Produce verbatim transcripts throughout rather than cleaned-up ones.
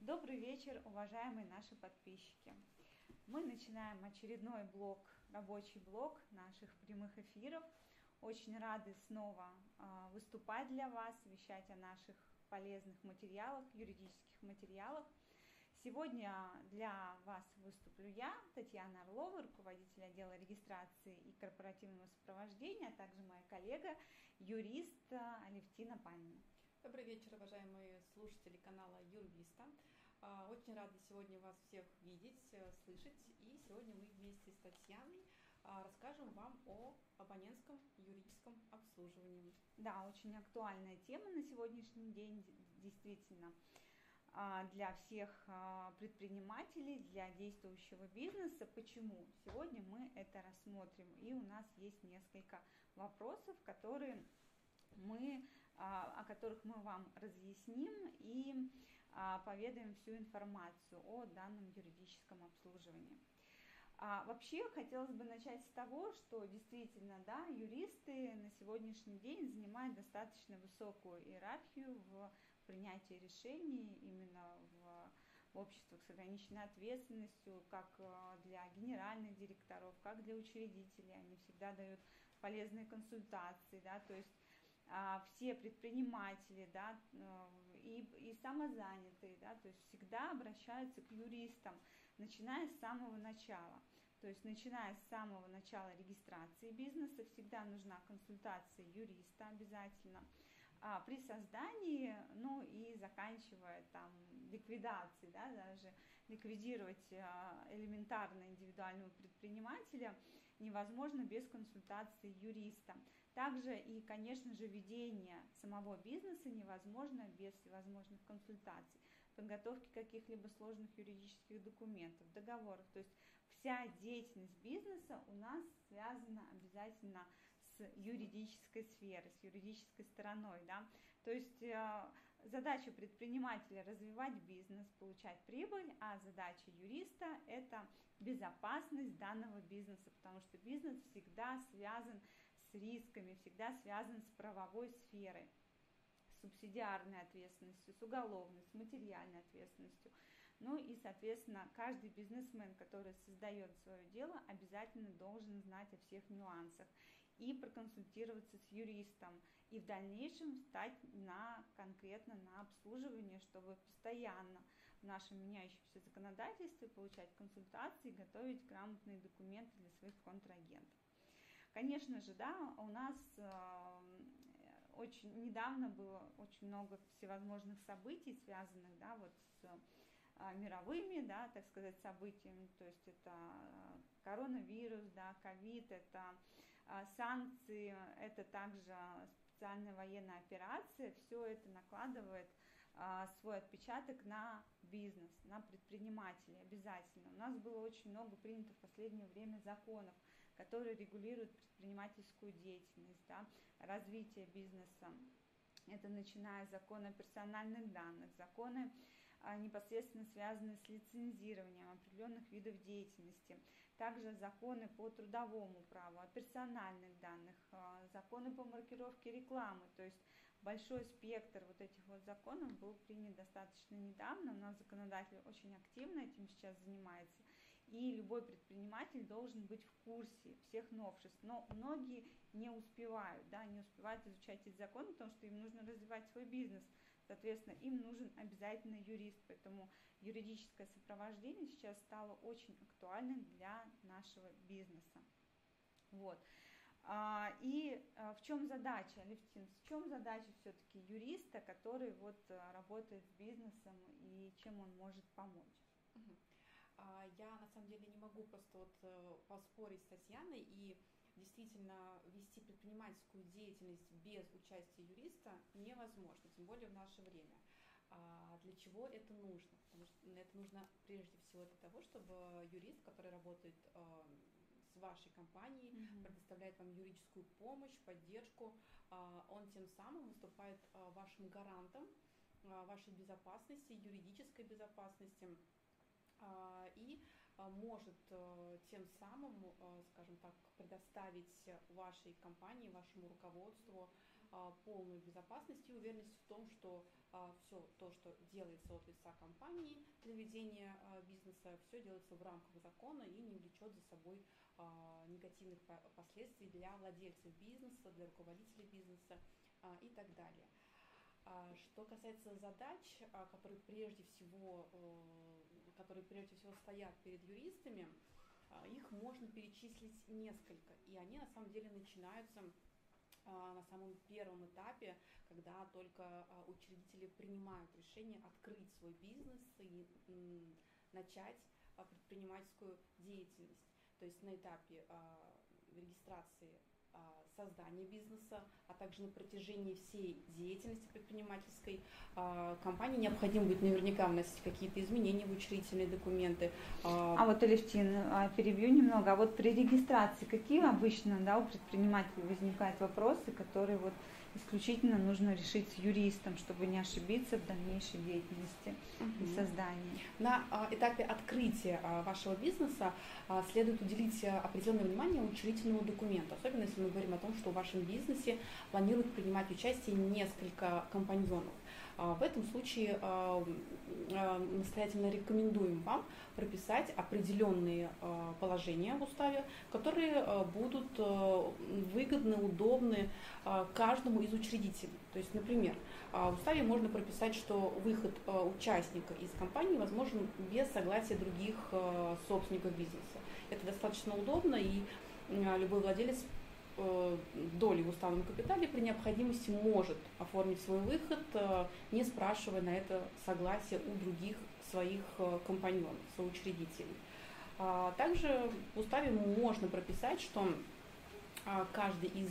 Добрый вечер, уважаемые наши подписчики. Мы начинаем очередной блок, рабочий блок наших прямых эфиров. Очень рады снова выступать для вас, вещать о наших полезных материалах, юридических материалах. Сегодня для вас выступлю я, Татьяна Орлова, руководитель отдела регистрации и корпоративного сопровождения, а также моя коллега, юрист Алевтина Панина. Добрый вечер, уважаемые слушатели канала Юрвиста. Очень рада сегодня вас всех видеть, слышать. И сегодня мы вместе с Татьяной расскажем вам о абонентском юридическом обслуживании. Да, очень актуальная тема на сегодняшний день, действительно, для всех предпринимателей, для действующего бизнеса. Почему? Сегодня мы это рассмотрим. И у нас есть несколько вопросов, которые мы, о которых мы вам разъясним и поведаем всю информацию о данном юридическом обслуживании. А вообще хотелось бы начать с того, что действительно, да, юристы на сегодняшний день занимают достаточно высокую иерархию в принятии решений именно в, в обществах с ограниченной ответственностью, как для генеральных директоров, как для учредителей. Они всегда дают полезные консультации, да, то есть все предприниматели, да, и, и самозанятые, да, то есть всегда обращаются к юристам, начиная с самого начала. То есть начиная с самого начала регистрации бизнеса всегда нужна консультация юриста обязательно. А при создании, ну и заканчивая там ликвидацией, да, даже ликвидировать элементарно индивидуального предпринимателя невозможно без консультации юриста. Также и, конечно же, ведение самого бизнеса невозможно без всевозможных консультаций, подготовки каких-либо сложных юридических документов, договоров. То есть вся деятельность бизнеса у нас связана обязательно с юридической сферой, с юридической стороной. Да? То есть э, задача предпринимателя развивать бизнес, получать прибыль, а задача юриста – это безопасность данного бизнеса, потому что бизнес всегда связан с рисками, всегда связан с правовой сферой, с субсидиарной ответственностью, с уголовной, с материальной ответственностью. Ну и, соответственно, каждый бизнесмен, который создает свое дело, обязательно должен знать о всех нюансах и проконсультироваться с юристом, и в дальнейшем стать на, конкретно на обслуживание, чтобы постоянно в нашем меняющемся законодательстве получать консультации и готовить грамотные документы для своих контрагентов. Конечно же, да, у нас э, очень недавно было очень много всевозможных событий, связанных, да, вот с э, мировыми, да, так сказать, событиями, то есть это коронавирус, да, ковид, это э, санкции, это также специальная военная операция, все это накладывает э, свой отпечаток на бизнес, на предпринимателей обязательно. У нас было очень много принято в последнее время законов, которые регулируют предпринимательскую деятельность, да, развитие бизнеса. Это начиная с закона о персональных данных, законы непосредственно связанные с лицензированием определенных видов деятельности, также законы по трудовому праву, о персональных данных, законы по маркировке рекламы, то есть большой спектр вот этих вот законов был принят достаточно недавно, у нас законодатель очень активно этим сейчас занимается, и любой предприниматель должен быть в курсе всех новшеств, но многие не успевают, да, не успевают изучать эти законы, потому что им нужно развивать свой бизнес, соответственно, им нужен обязательно юрист, поэтому юридическое сопровождение сейчас стало очень актуальным для нашего бизнеса. Вот. И в чем задача, Алевтин, в чем задача все-таки юриста, который вот работает с бизнесом, и чем он может помочь? Я на самом деле не могу просто вот поспорить с Татьяной и действительно вести предпринимательскую деятельность без участия юриста невозможно, тем более в наше время. А для чего это нужно? Потому что это нужно прежде всего для того, чтобы юрист, который работает с вашей компанией, mm-hmm. предоставляет вам юридическую помощь, поддержку, он тем самым выступает вашим гарантом вашей безопасности, юридической безопасности, и может тем самым, скажем так, предоставить вашей компании, вашему руководству полную безопасность и уверенность в том, что все то, что делается от лица компании для ведения бизнеса, все делается в рамках закона и не влечет за собой негативных последствий для владельцев бизнеса, для руководителей бизнеса и так далее. Что касается задач, которые прежде всего, которые прежде всего стоят перед юристами, их можно перечислить несколько, и они на самом деле начинаются на самом первом этапе, когда только учредители принимают решение открыть свой бизнес и начать предпринимательскую деятельность. То есть на этапе регистрации создания бизнеса, а также на протяжении всей деятельности предпринимательской компании необходимо будет наверняка вносить какие-то изменения в учредительные документы. А вот, Алевтина, перебью немного, а вот при регистрации какие обычно, да, у предпринимателей возникают вопросы, которые вот исключительно нужно решить с юристом, чтобы не ошибиться в дальнейшей деятельности и создании? На этапе открытия вашего бизнеса следует уделить определенное внимание учредительному документу, особенно если мы говорим о том, что в вашем бизнесе планируют принимать участие несколько компаньонов. В этом случае настоятельно рекомендуем вам прописать определенные положения в уставе, которые будут выгодны, удобны каждому из учредителей. То есть, например, в уставе можно прописать, что выход участника из компании возможен без согласия других собственников бизнеса. Это достаточно удобно, и любой владелец доли в уставном капитале при необходимости может оформить свой выход, не спрашивая на это согласие у других своих компаньонов, соучредителей. Также в уставе можно прописать, что каждый из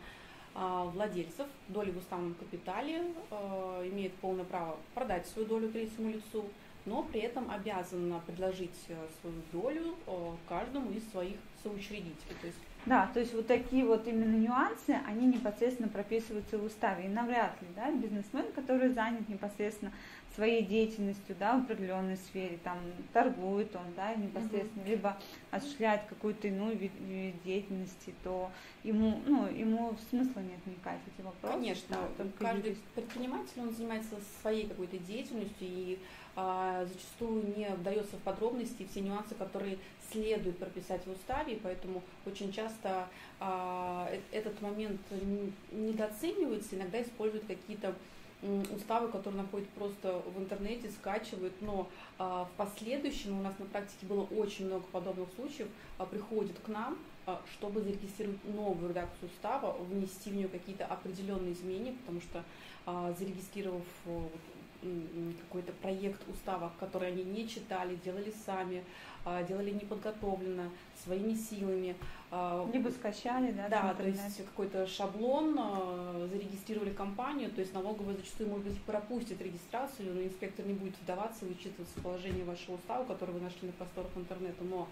владельцев доли в уставном капитале имеет полное право продать свою долю третьему лицу, но при этом обязан предложить свою долю каждому из своих соучредителей. То есть Да, то есть вот такие вот именно нюансы, они непосредственно прописываются в уставе. И навряд ли, да, бизнесмен, который занят непосредственно своей деятельностью, да, в определенной сфере, там, торгует он, да, непосредственно, mm-hmm. либо осуществляет какую-то иную вид, вид деятельности, то ему, ну, ему смысла не вникать в эти вопросы. Конечно, да, каждый юрист. Предприниматель, он занимается своей какой-то деятельностью и а, зачастую не вдается в подробности, все нюансы, которые следует прописать в уставе, поэтому очень часто а, этот момент недооценивается, иногда используют какие-то уставы, которые находят просто в интернете, скачивают, но а, в последующем у нас на практике было очень много подобных случаев, а, приходят к нам, а, чтобы зарегистрировать новую редакцию устава, внести в нее какие-то определенные изменения, потому что а, зарегистрировав какой-то проект устава, который они не читали, делали сами, делали неподготовленно, своими силами. Либо скачали, да? Да, то есть какой-то шаблон, зарегистрировали компанию, то есть налоговая зачастую, может быть, пропустит регистрацию, но инспектор не будет вдаваться и учитываться в положении вашего устава, который вы нашли на просторах интернета, но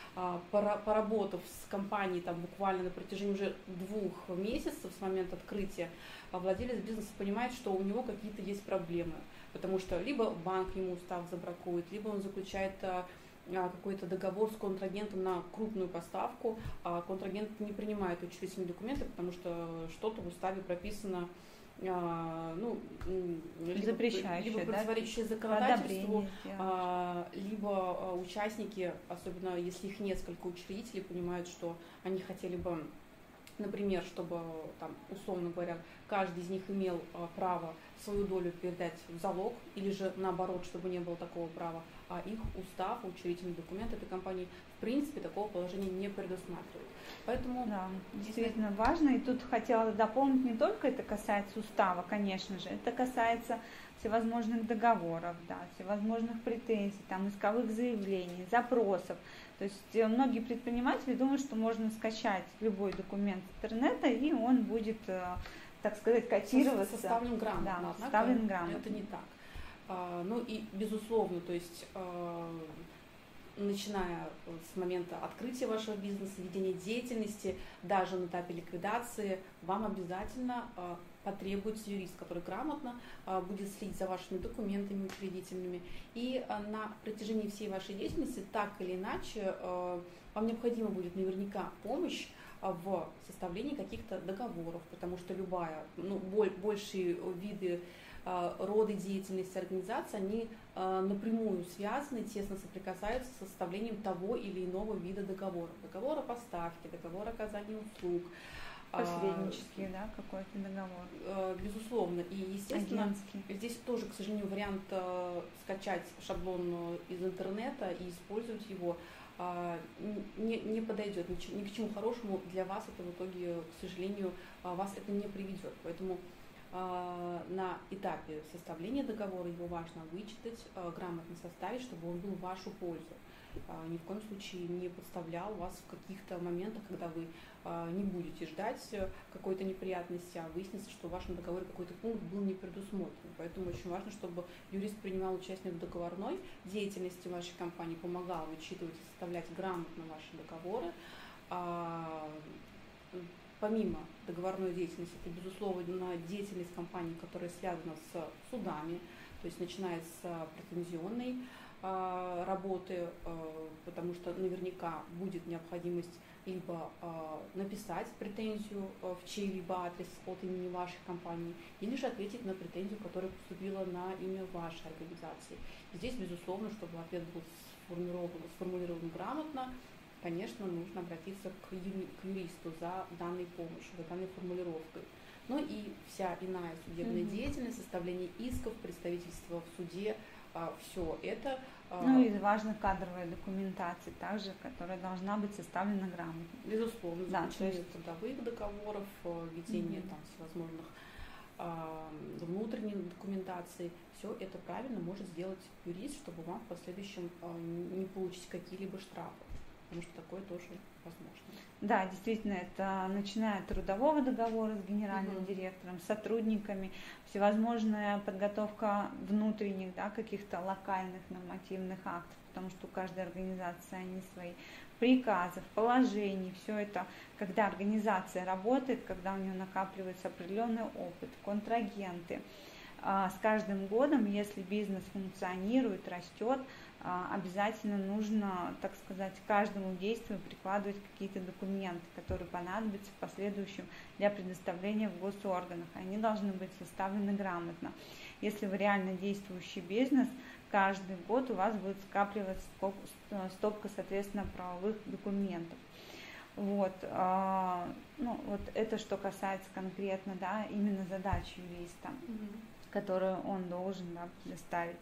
поработав с компанией там буквально на протяжении уже двух месяцев с момента открытия, владелец бизнеса понимает, что у него какие-то есть проблемы, потому что либо банк ему устав забракует, либо он заключает какой-то договор с контрагентом на крупную поставку, а контрагент не принимает учредительные документы, потому что что-то в уставе прописано, ну, либо, либо противоречащее да? законодательству, а, либо участники, особенно если их несколько учредителей, понимают, что они хотели бы, например, чтобы, там, условно говоря, каждый из них имел право свою долю передать в залог, или же наоборот, чтобы не было такого права, а их устав, учредительный документ этой компании в принципе такого положения не предусматривает. Поэтому да, действительно важно. И тут хотела дополнить, не только это касается устава, конечно же, это касается всевозможных договоров, да, всевозможных претензий, там, исковых заявлений, запросов. То есть многие предприниматели думают, что можно скачать любой документ с интернета, и он будет, так сказать, котироваться. Составлен грамотно. Да, составлен грамотно. Это не так. Ну и безусловно, то есть начиная с момента открытия вашего бизнеса, ведения деятельности, даже на этапе ликвидации, вам обязательно потребуется юрист, который грамотно будет следить за вашими документами учредительными. И на протяжении всей вашей деятельности, так или иначе, вам необходима будет наверняка помощь в составлении каких-то договоров, потому что любая, ну, большие виды роды деятельности организации, они напрямую связаны, тесно соприкасаются с составлением того или иного вида договора. Договора поставки, договора оказания услуг. Посреднический, а, да, какой-то договор. Безусловно. И, естественно, агентский. Здесь тоже, к сожалению, вариант скачать шаблон из интернета и использовать его не, не подойдет. Ни, ни к чему хорошему для вас это в итоге, к сожалению, вас это не приведет. Поэтому на этапе составления договора его важно вычитать, грамотно составить, чтобы он был в вашу пользу. Ни в коем случае не подставлял вас в каких-то моментах, когда вы не будете ждать какой-то неприятности, а выяснится, что в вашем договоре какой-то пункт был не предусмотрен. Поэтому очень важно, чтобы юрист принимал участие в договорной деятельности вашей компании, помогал вычитывать и составлять грамотно ваши договоры. Помимо договорной деятельности, это, безусловно, деятельность компании, которая связана с судами, то есть начиная с претензионной э, работы, э, потому что наверняка будет необходимость либо э, написать претензию э, в чей-либо адрес от имени вашей компании, или же ответить на претензию, которая поступила на имя вашей организации. Здесь, безусловно, чтобы ответ был сформулирован, сформулирован грамотно, конечно, нужно обратиться к, ю, к юристу за данной помощью, за данной формулировкой. Ну и вся иная судебная mm-hmm. деятельность, составление исков, представительство в суде, а, все это. А, ну и важна кадровая документация также, которая должна быть составлена грамотно. Безусловно, да, заключение есть... трудовых договоров, введение mm-hmm. там всевозможных а, внутренней документации. Все это правильно может сделать юрист, чтобы вам в последующем а, не получить какие-либо штрафы. Потому что такое тоже возможно. Да, действительно, это начиная от трудового договора с генеральным угу. директором, с сотрудниками, всевозможная подготовка внутренних, да, каких-то локальных нормативных актов, потому что у каждой организации они свои, приказов, положений, все это, когда организация работает, когда у нее накапливается определенный опыт, контрагенты. С каждым годом, если бизнес функционирует, растет, обязательно нужно, так сказать, к каждому действию прикладывать какие-то документы, которые понадобятся в последующем для предоставления в госорганах. Они должны быть составлены грамотно. Если вы реально действующий бизнес, каждый год у вас будет скапливаться стопка, соответственно, правовых документов. Вот, ну, вот это что касается конкретно, да, именно задач юриста, mm-hmm. которую он должен, да, предоставить.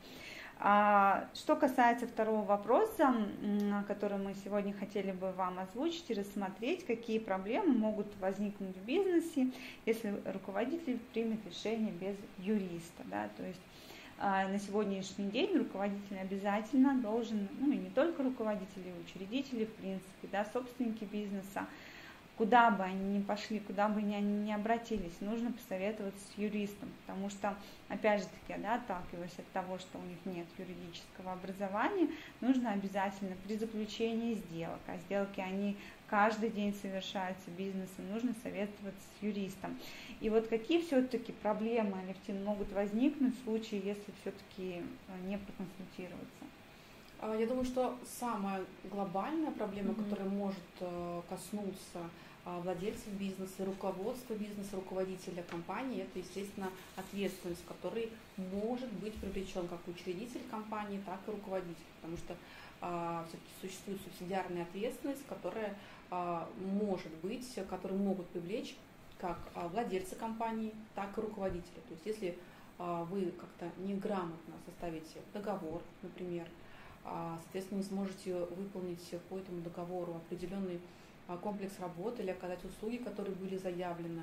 А что касается второго вопроса, который мы сегодня хотели бы вам озвучить и рассмотреть, какие проблемы могут возникнуть в бизнесе, если руководитель примет решение без юриста. Да? То есть а, на сегодняшний день руководитель обязательно должен, ну и не только руководители, учредители, в принципе, да, собственники бизнеса, куда бы они ни пошли, куда бы они ни обратились, нужно посоветоваться с юристом, потому что, опять же таки, да, отталкиваясь от того, что у них нет юридического образования, нужно обязательно при заключении сделок, а сделки, они каждый день совершаются бизнесом, нужно советоваться с юристом. И вот какие все-таки проблемы, Алевтина, могут возникнуть в случае, если все-таки не проконсультироваться? Я думаю, что самая глобальная проблема, mm-hmm. которая может коснуться владельцев бизнеса, руководства бизнеса, руководителя компании, это, естественно, ответственность, которой может быть привлечен как учредитель компании, так и руководитель, потому что а, все-таки существует субсидиарная ответственность, которая а, может быть, которую могут привлечь как а, владельцы компании, так и руководители. То есть если а, вы как-то неграмотно составите договор, например, а, соответственно, не сможете выполнить по этому договору определенный комплекс работы или оказать услуги, которые были заявлены,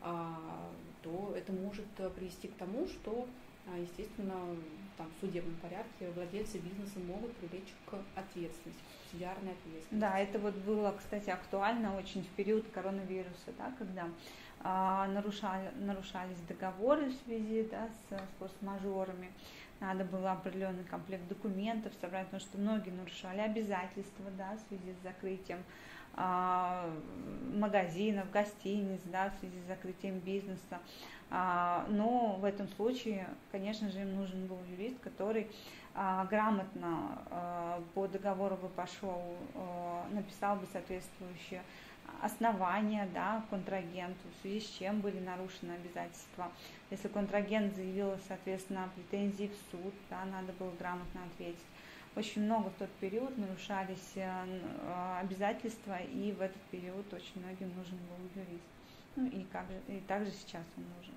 то это может привести к тому, что, естественно, там, в судебном порядке владельцы бизнеса могут привлечь к ответственности, к субсидиарной ответственности. Да, это вот было, кстати, актуально очень в период коронавируса, да, когда а, нарушали, нарушались договоры в связи, да, с, с форс-мажорами. Надо было определенный комплект документов собрать, потому что многие нарушали обязательства, да, в связи с закрытием а, магазинов, гостиниц, да, в связи с закрытием бизнеса. А, но в этом случае, конечно же, им нужен был юрист, который а, грамотно а, по договору бы пошел, а, написал бы соответствующие основания, да, контрагенту, в связи с чем были нарушены обязательства. Если контрагент заявил, соответственно, претензии в суд, да, надо было грамотно ответить. Очень много в тот период нарушались обязательства, и в этот период очень многим нужен был юрист. Ну и, как же, и также сейчас он нужен.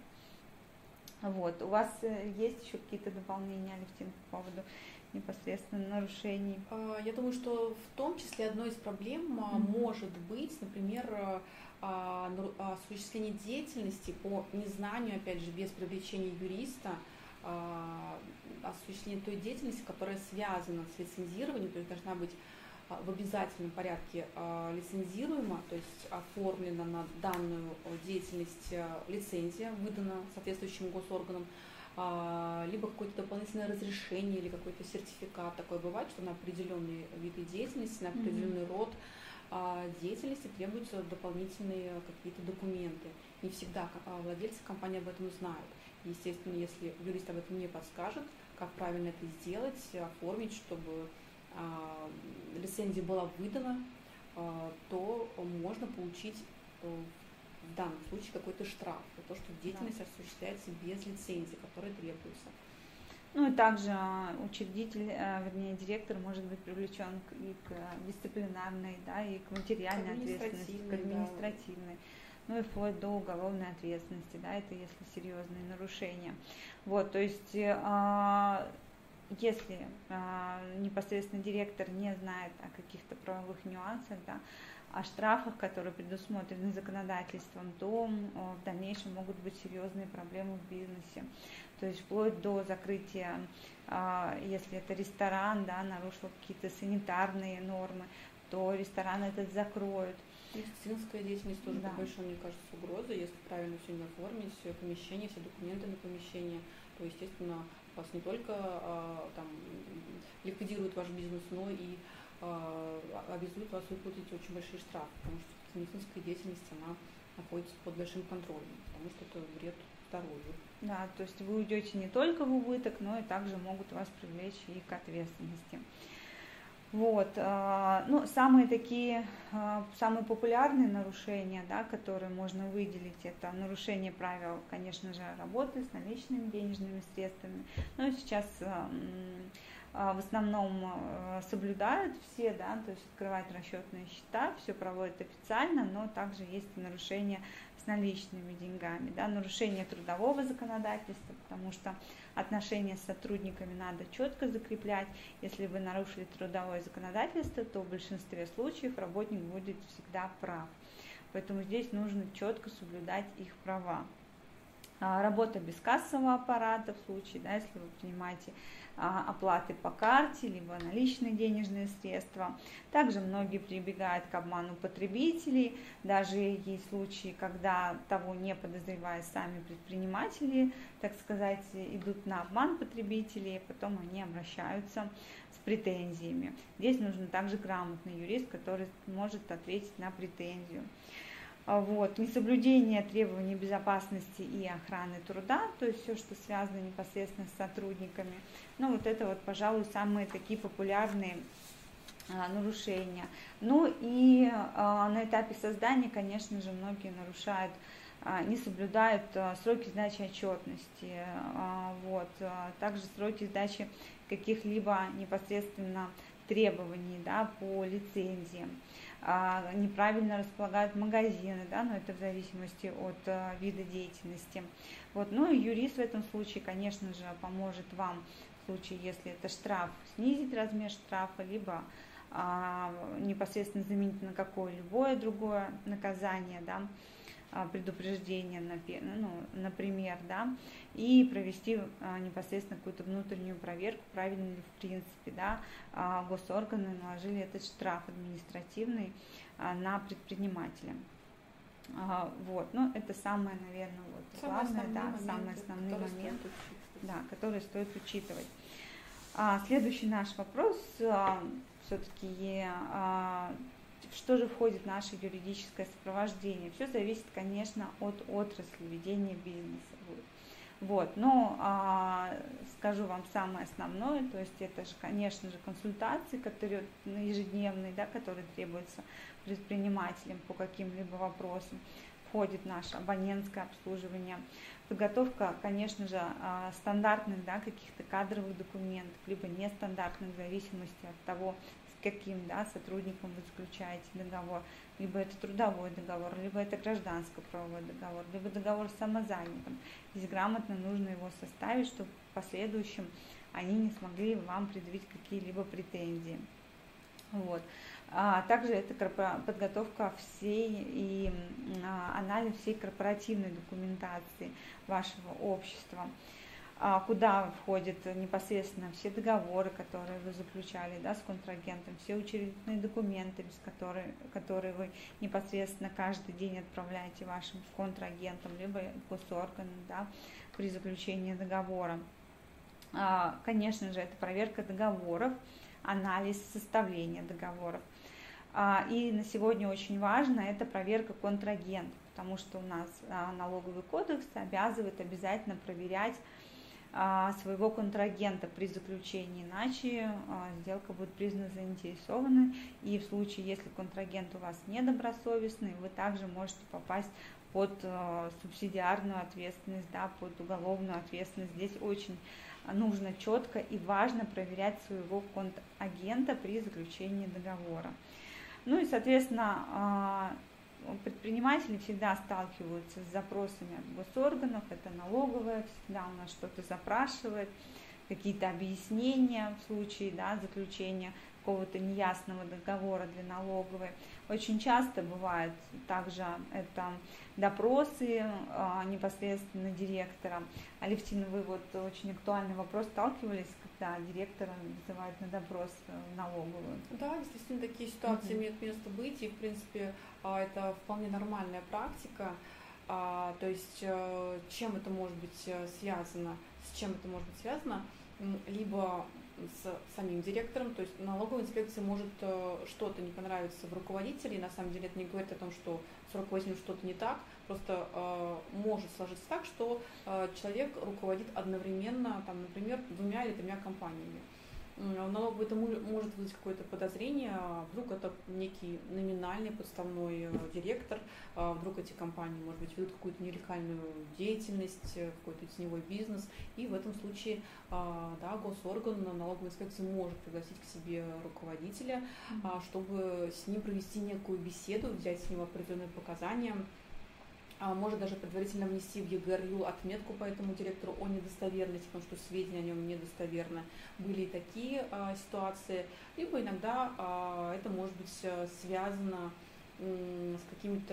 Вот. У вас есть еще какие-то дополнения, Алевтина, по поводу непосредственно нарушений? Я думаю, что в том числе одной из проблем mm-hmm. может быть, например, осуществление деятельности по незнанию, опять же, без привлечения юриста, осуществление той деятельности, которая связана с лицензированием, то есть должна быть в обязательном порядке лицензируема, то есть оформлена на данную деятельность лицензия, выдана соответствующим госорганам, либо какое-то дополнительное разрешение или какой-то сертификат. Такое бывает, что на определенные виды деятельности, на определенный mm-hmm. род деятельности требуются дополнительные какие-то документы. Не всегда владельцы компании об этом знают. Естественно, если юрист об этом не подскажет, как правильно это сделать, оформить, чтобы а, лицензия была выдана, а, то можно получить а, в данном случае какой-то штраф за то, что деятельность да. осуществляется без лицензии, которая требуется. Ну и также учредитель, вернее, директор может быть привлечен и к дисциплинарной, да, и к материальной ответственности, к административной. Да. Ну и вплоть до уголовной ответственности, да, это если серьезные нарушения. Вот, то есть, э, если э, непосредственно директор не знает о каких-то правовых нюансах, да, о штрафах, которые предусмотрены законодательством, то э, в дальнейшем могут быть серьезные проблемы в бизнесе. То есть вплоть до закрытия, э, если это ресторан, да, нарушил какие-то санитарные нормы, то ресторан этот закроют. Медицинская деятельность тоже, да. по большому, мне кажется, угроза, если правильно все не оформить, все помещения, все документы на помещение, то, естественно, вас не только а, там, ликвидирует ваш бизнес, но и а, обязует вас выплатить очень большие штрафы, потому что медицинская деятельность, она находится под большим контролем, потому что это вред здоровью. Да, то есть вы уйдете не только в убыток, но и также могут вас привлечь и к ответственности. Вот, ну, самые такие, самые популярные нарушения, да, которые можно выделить, это нарушение правил, конечно же, работы с наличными денежными средствами. Но и сейчас в основном соблюдают все, да, то есть открывают расчетные счета, все проводят официально, но также есть и нарушения с наличными деньгами, да, нарушение трудового законодательства, потому что отношения с сотрудниками надо четко закреплять. Если вы нарушили трудовое законодательство, то в большинстве случаев работник будет всегда прав. Поэтому здесь нужно четко соблюдать их права. Работа без кассового аппарата в случае, да, если вы принимаете оплаты по карте, либо наличные денежные средства. Также многие прибегают к обману потребителей. Даже есть случаи, когда того не подозревая сами предприниматели, так сказать, идут на обман потребителей, потом они обращаются с претензиями. Здесь нужен также грамотный юрист, который может ответить на претензию. Вот. Несоблюдение требований безопасности и охраны труда, то есть все, что связано непосредственно с сотрудниками. Ну, вот это вот, пожалуй, самые такие популярные а, нарушения. Ну и а, на этапе создания, конечно же, многие нарушают, а, не соблюдают а, сроки сдачи отчетности, а, вот, а, также сроки сдачи каких-либо непосредственно требований, да, по лицензиям. Неправильно располагают магазины, да, но это в зависимости от а, вида деятельности. Вот. Ну и юрист в этом случае, конечно же, поможет вам в случае, если это штраф, снизить размер штрафа, либо а, непосредственно заменить на какое-либо другое наказание, да, предупреждение, ну, например, да, и провести а, непосредственно какую-то внутреннюю проверку, правильно ли в принципе, да, а, госорганы наложили этот штраф административный а, на предпринимателя. А, вот, ну, это самое, наверное, вот, главное, да, моменты, самые основные моменты, да, которые стоит учитывать. А, следующий наш вопрос, а, все-таки, а, что же входит в наше юридическое сопровождение? Все зависит, конечно, от отрасли ведения бизнеса. Вот, но а, скажу вам самое основное, то есть это же, конечно же, консультации, которые ежедневные, да, которые требуются предпринимателям по каким-либо вопросам. Входит наше абонентское обслуживание, подготовка, конечно же, стандартных, да, каких-то кадровых документов, либо нестандартных, в зависимости от того, с каким, да, сотрудником вы заключаете договор. Либо это трудовой договор, либо это гражданско-правовой договор, либо договор с самозанятым. Здесь грамотно нужно его составить, чтобы в последующем они не смогли вам предъявить какие-либо претензии. Вот. А также это подготовка всей и анализ всей корпоративной документации вашего общества, куда входят непосредственно все договоры, которые вы заключали, да, с контрагентом, все учредительные документы, без которых, которые вы непосредственно каждый день отправляете вашим контрагентам, либо госорганам, да, при заключении договора. Конечно же, это проверка договоров, анализ составления договоров. И на сегодня очень важно это проверка контрагентов, потому что у нас налоговый кодекс обязывает обязательно проверять своего контрагента при заключении, иначе сделка будет признана заинтересованной, и в случае, если контрагент у вас недобросовестный, вы также можете попасть под субсидиарную ответственность, да, под уголовную ответственность. Здесь очень нужно четко и важно проверять своего контрагента при заключении договора. Ну и, соответственно, предприниматели всегда сталкиваются с запросами от госорганов, это налоговая, всегда у нас что-то запрашивает, какие-то объяснения в случае, да, заключения какого-то неясного договора для налоговой. Очень часто бывает также это допросы а, непосредственно директора. Алевтина, вы вот очень актуальный вопрос, сталкивались, когда директора вызывают на допрос налоговую? Да, действительно, такие ситуации mm-hmm. имеют место быть, и, в принципе, это вполне нормальная практика. То есть, чем это может быть связано? С чем это может быть связано? Либо с самим директором, то есть налоговая инспекция может что-то не понравиться в руководителе, и на самом деле это не говорит о том, что с руководителем что-то не так, просто э, может сложиться так, что э, человек руководит одновременно, там, например, двумя или тремя компаниями. Налоговый это может вызвать какое-то подозрение, вдруг это некий номинальный подставной директор, вдруг эти компании, может быть, ведут какую-то нелегальную деятельность, какой-то теневой бизнес, и в этом случае, да, госорган, налоговая инспекция может пригласить к себе руководителя, mm-hmm. чтобы с ним провести некую беседу, взять с него определенные показания, может даже предварительно внести в ЕГРЮ отметку по этому директору о недостоверности, потому что сведения о нем недостоверны. Были и такие а, ситуации, либо иногда а, это может быть связано м, с какими-то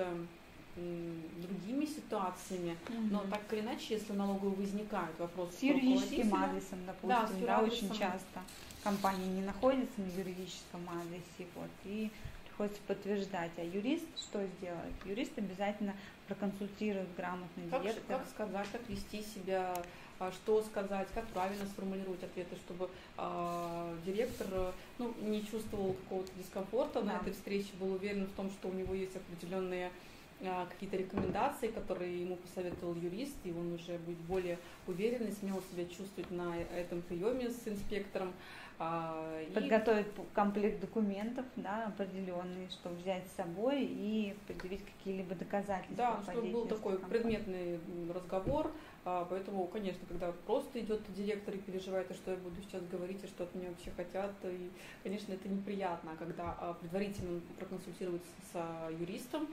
м, другими ситуациями, mm-hmm. но так или иначе, если в налоговой возникают вопросы с юридическим адресом, допустим, да, с да, очень часто компания не находится на юридическом адресе, вот, и приходится подтверждать, а юрист что сделает? Юрист обязательно проконсультирует грамотный как, директор. Как сказать, как вести себя, что сказать, как правильно сформулировать ответы, чтобы э, директор ну, не чувствовал какого-то дискомфорта да. на этой встрече, был уверен в том, что у него есть определенные э, какие-то рекомендации, которые ему посоветовал юрист, и он уже будет более уверен и смело себя чувствовать на этом приеме с инспектором. Подготовить и... комплект документов, да, определенный, чтобы взять с собой и предъявить какие-либо доказательства. Да, чтобы был такой компании. Предметный разговор, поэтому, конечно, когда просто идет директор и переживает, а что я буду сейчас говорить, и что от меня вообще хотят, и, конечно, это неприятно. А когда предварительно проконсультироваться с юристом,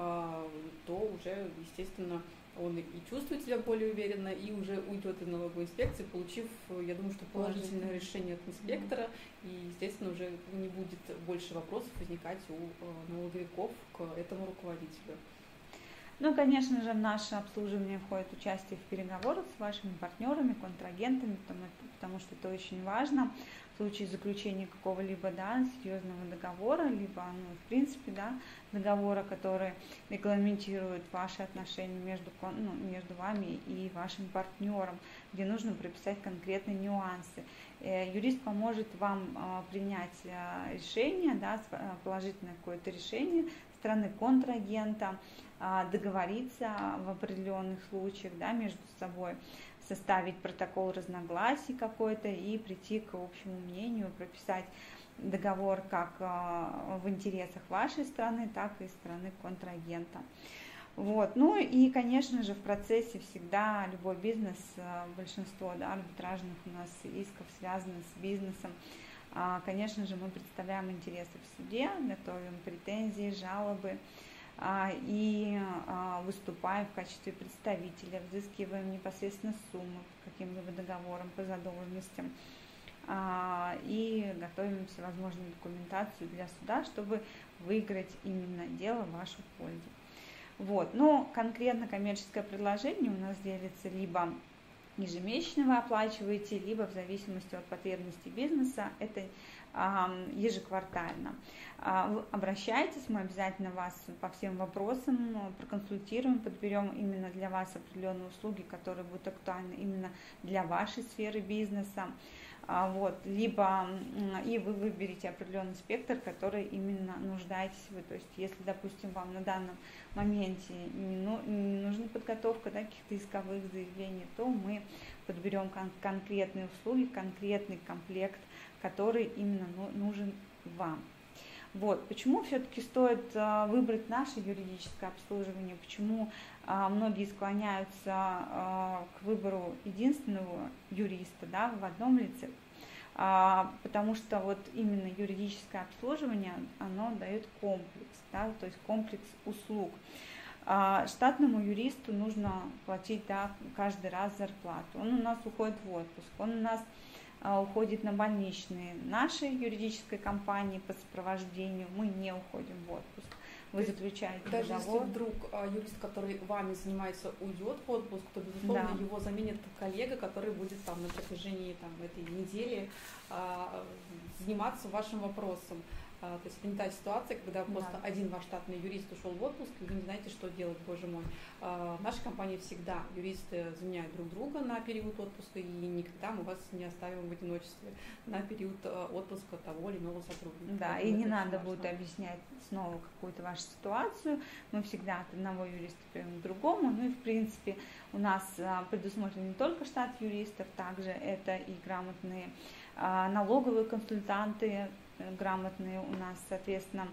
то уже, естественно, он и чувствует себя более уверенно, и уже уйдет из налоговой инспекции, получив, я думаю, что положительное решение от инспектора, и, естественно, уже не будет больше вопросов возникать у налоговиков к этому руководителю. Ну, конечно же, в наше обслуживание входит участие в переговорах с вашими партнерами, контрагентами, потому, потому что это очень важно. В случае заключения какого-либо, да, серьезного договора, либо, ну, в принципе, да, договора, который регламентирует ваши отношения между, ну, между вами и вашим партнером, где нужно прописать конкретные нюансы. Юрист поможет вам принять решение, да, положительное какое-то решение стороны контрагента, договориться в определенных случаях, да, между собой. составить протокол разногласий какой-то и прийти к общему мнению, прописать договор как в интересах вашей страны, так и стороны контрагента. Вот. Ну и, конечно же, в процессе всегда любой бизнес, большинство да, арбитражных у нас исков связано с бизнесом. Конечно же, мы представляем интересы в суде, готовим претензии, жалобы и выступаем в качестве представителя, взыскиваем непосредственно суммы по каким-либо договорам по задолженностям и готовим всевозможную документацию для суда, чтобы выиграть именно дело в вашу пользу. Вот. Но конкретно коммерческое предложение у нас делится либо ежемесячно вы оплачиваете, либо в зависимости от потребностей бизнеса это ежеквартально. Вы обращайтесь, мы обязательно вас по всем вопросам проконсультируем, подберем именно для вас определенные услуги, которые будут актуальны именно для вашей сферы бизнеса. Вот, либо и вы выберете определенный спектр, который именно нуждаетесь вы. То есть, если, допустим, вам на данном моменте не, ну, не нужна подготовка да, каких-то исковых заявлений, то мы подберем кон- конкретные услуги, конкретный комплект, который именно ну, нужен вам. Вот, почему все-таки стоит а, выбрать наше юридическое обслуживание, почему а, многие склоняются а, к выбору единственного юриста да, в одном лице, а, потому что вот именно юридическое обслуживание, оно дает комплекс, да, то есть комплекс услуг. А, штатному юристу нужно платить да, каждый раз зарплату, он у нас уходит в отпуск, он у нас уходит на больничные. Нашей юридической компании по сопровождению мы не уходим в отпуск. Вы заключаете даже договор. Если вдруг а, юрист, который вами занимается, уйдет в отпуск, то, безусловно, да. его заменит коллега, который будет там на протяжении там, этой недели а, заниматься вашим вопросом. А, то есть это не та ситуация, когда просто да. один ваш штатный юрист ушел в отпуск, и вы не знаете, что делать, боже мой. А, в нашей компании всегда юристы заменяют друг друга на период отпуска, и никогда мы вас не оставим в одиночестве на период отпуска того или иного сотрудника. Да, и не надо важно. будет объяснять снова какую-то вашу ситуацию. Мы всегда от одного юриста перейдем к другому. Ну и в принципе у нас предусмотрен не только штат юристов, также это и грамотные налоговые консультанты, грамотные у нас, соответственно,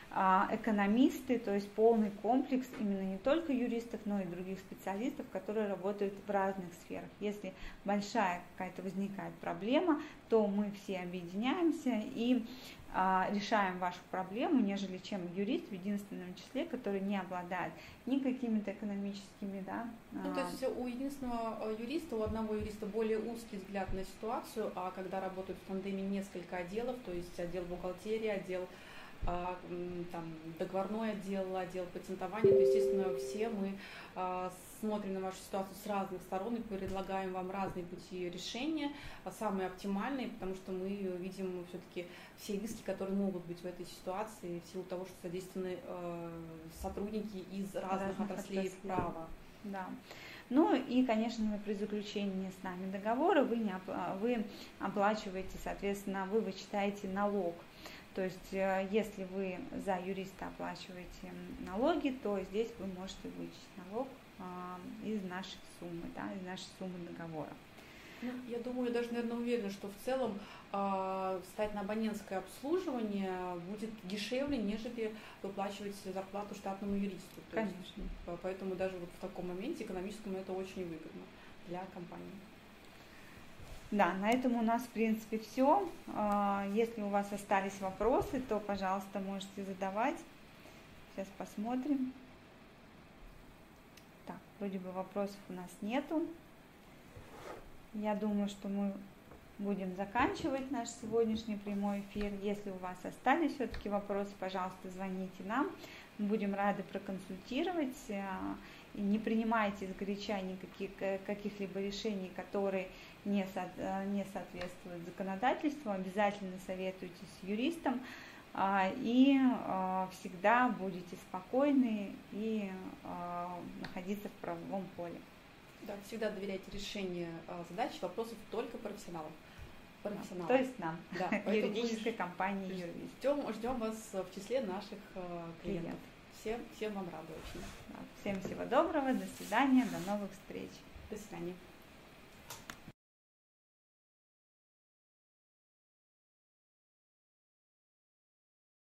экономисты, то есть полный комплекс именно не только юристов, но и других специалистов, которые работают в разных сферах. Если большая какая-то возникает проблема, то мы все объединяемся и а, решаем вашу проблему, нежели чем юрист в единственном числе, который не обладает ни какими-то экономическими, да. Ну, то есть у единственного юриста, у одного юриста более узкий взгляд на ситуацию, а когда работают в тандеме несколько отделов, то есть отдел бухгалтерии, отдел а, там, договорной отдел, отдел патентования, то, естественно, все мы а, смотрим на вашу ситуацию с разных сторон и предлагаем вам разные пути решения, а самые оптимальные, потому что мы видим все-таки все риски, которые могут быть в этой ситуации, в силу того, что задействованы э, сотрудники из разных, разных отраслей, отраслей права. Да. Ну и, конечно, при заключении с нами договора вы, не, вы оплачиваете, соответственно, вы вычитаете налог. То есть, если вы за юриста оплачиваете налоги, то здесь вы можете вычесть налог а, из нашей суммы, да, из нашей суммы договора. Ну, я думаю, я даже, наверное, уверена, что в целом э, встать на абонентское обслуживание будет дешевле, нежели выплачивать зарплату штатному юристу. То Конечно. Есть, поэтому даже вот в таком моменте экономическому это очень выгодно для компании. Да, на этом у нас, в принципе, все. Если у вас остались вопросы, то, пожалуйста, можете задавать. Сейчас посмотрим. Так, вроде бы вопросов у нас нету. Я думаю, что мы будем заканчивать наш сегодняшний прямой эфир. Если у вас остались все-таки вопросы, пожалуйста, звоните нам. Мы будем рады проконсультировать. И не принимайте сгоряча никаких каких-либо решений, которые не, со, не соответствуют законодательству. Обязательно советуйтесь с юристом и всегда будете спокойны и находиться в правовом поле. Да, всегда доверяйте решению задач, вопросов только профессионалам. профессионалов. То есть нам, да, юридической компании юрист. Ждем, ждем вас в числе наших клиентов. Клиент. Всем, всем вам рады очень. Да, всем всего доброго, до свидания, до новых встреч. До свидания.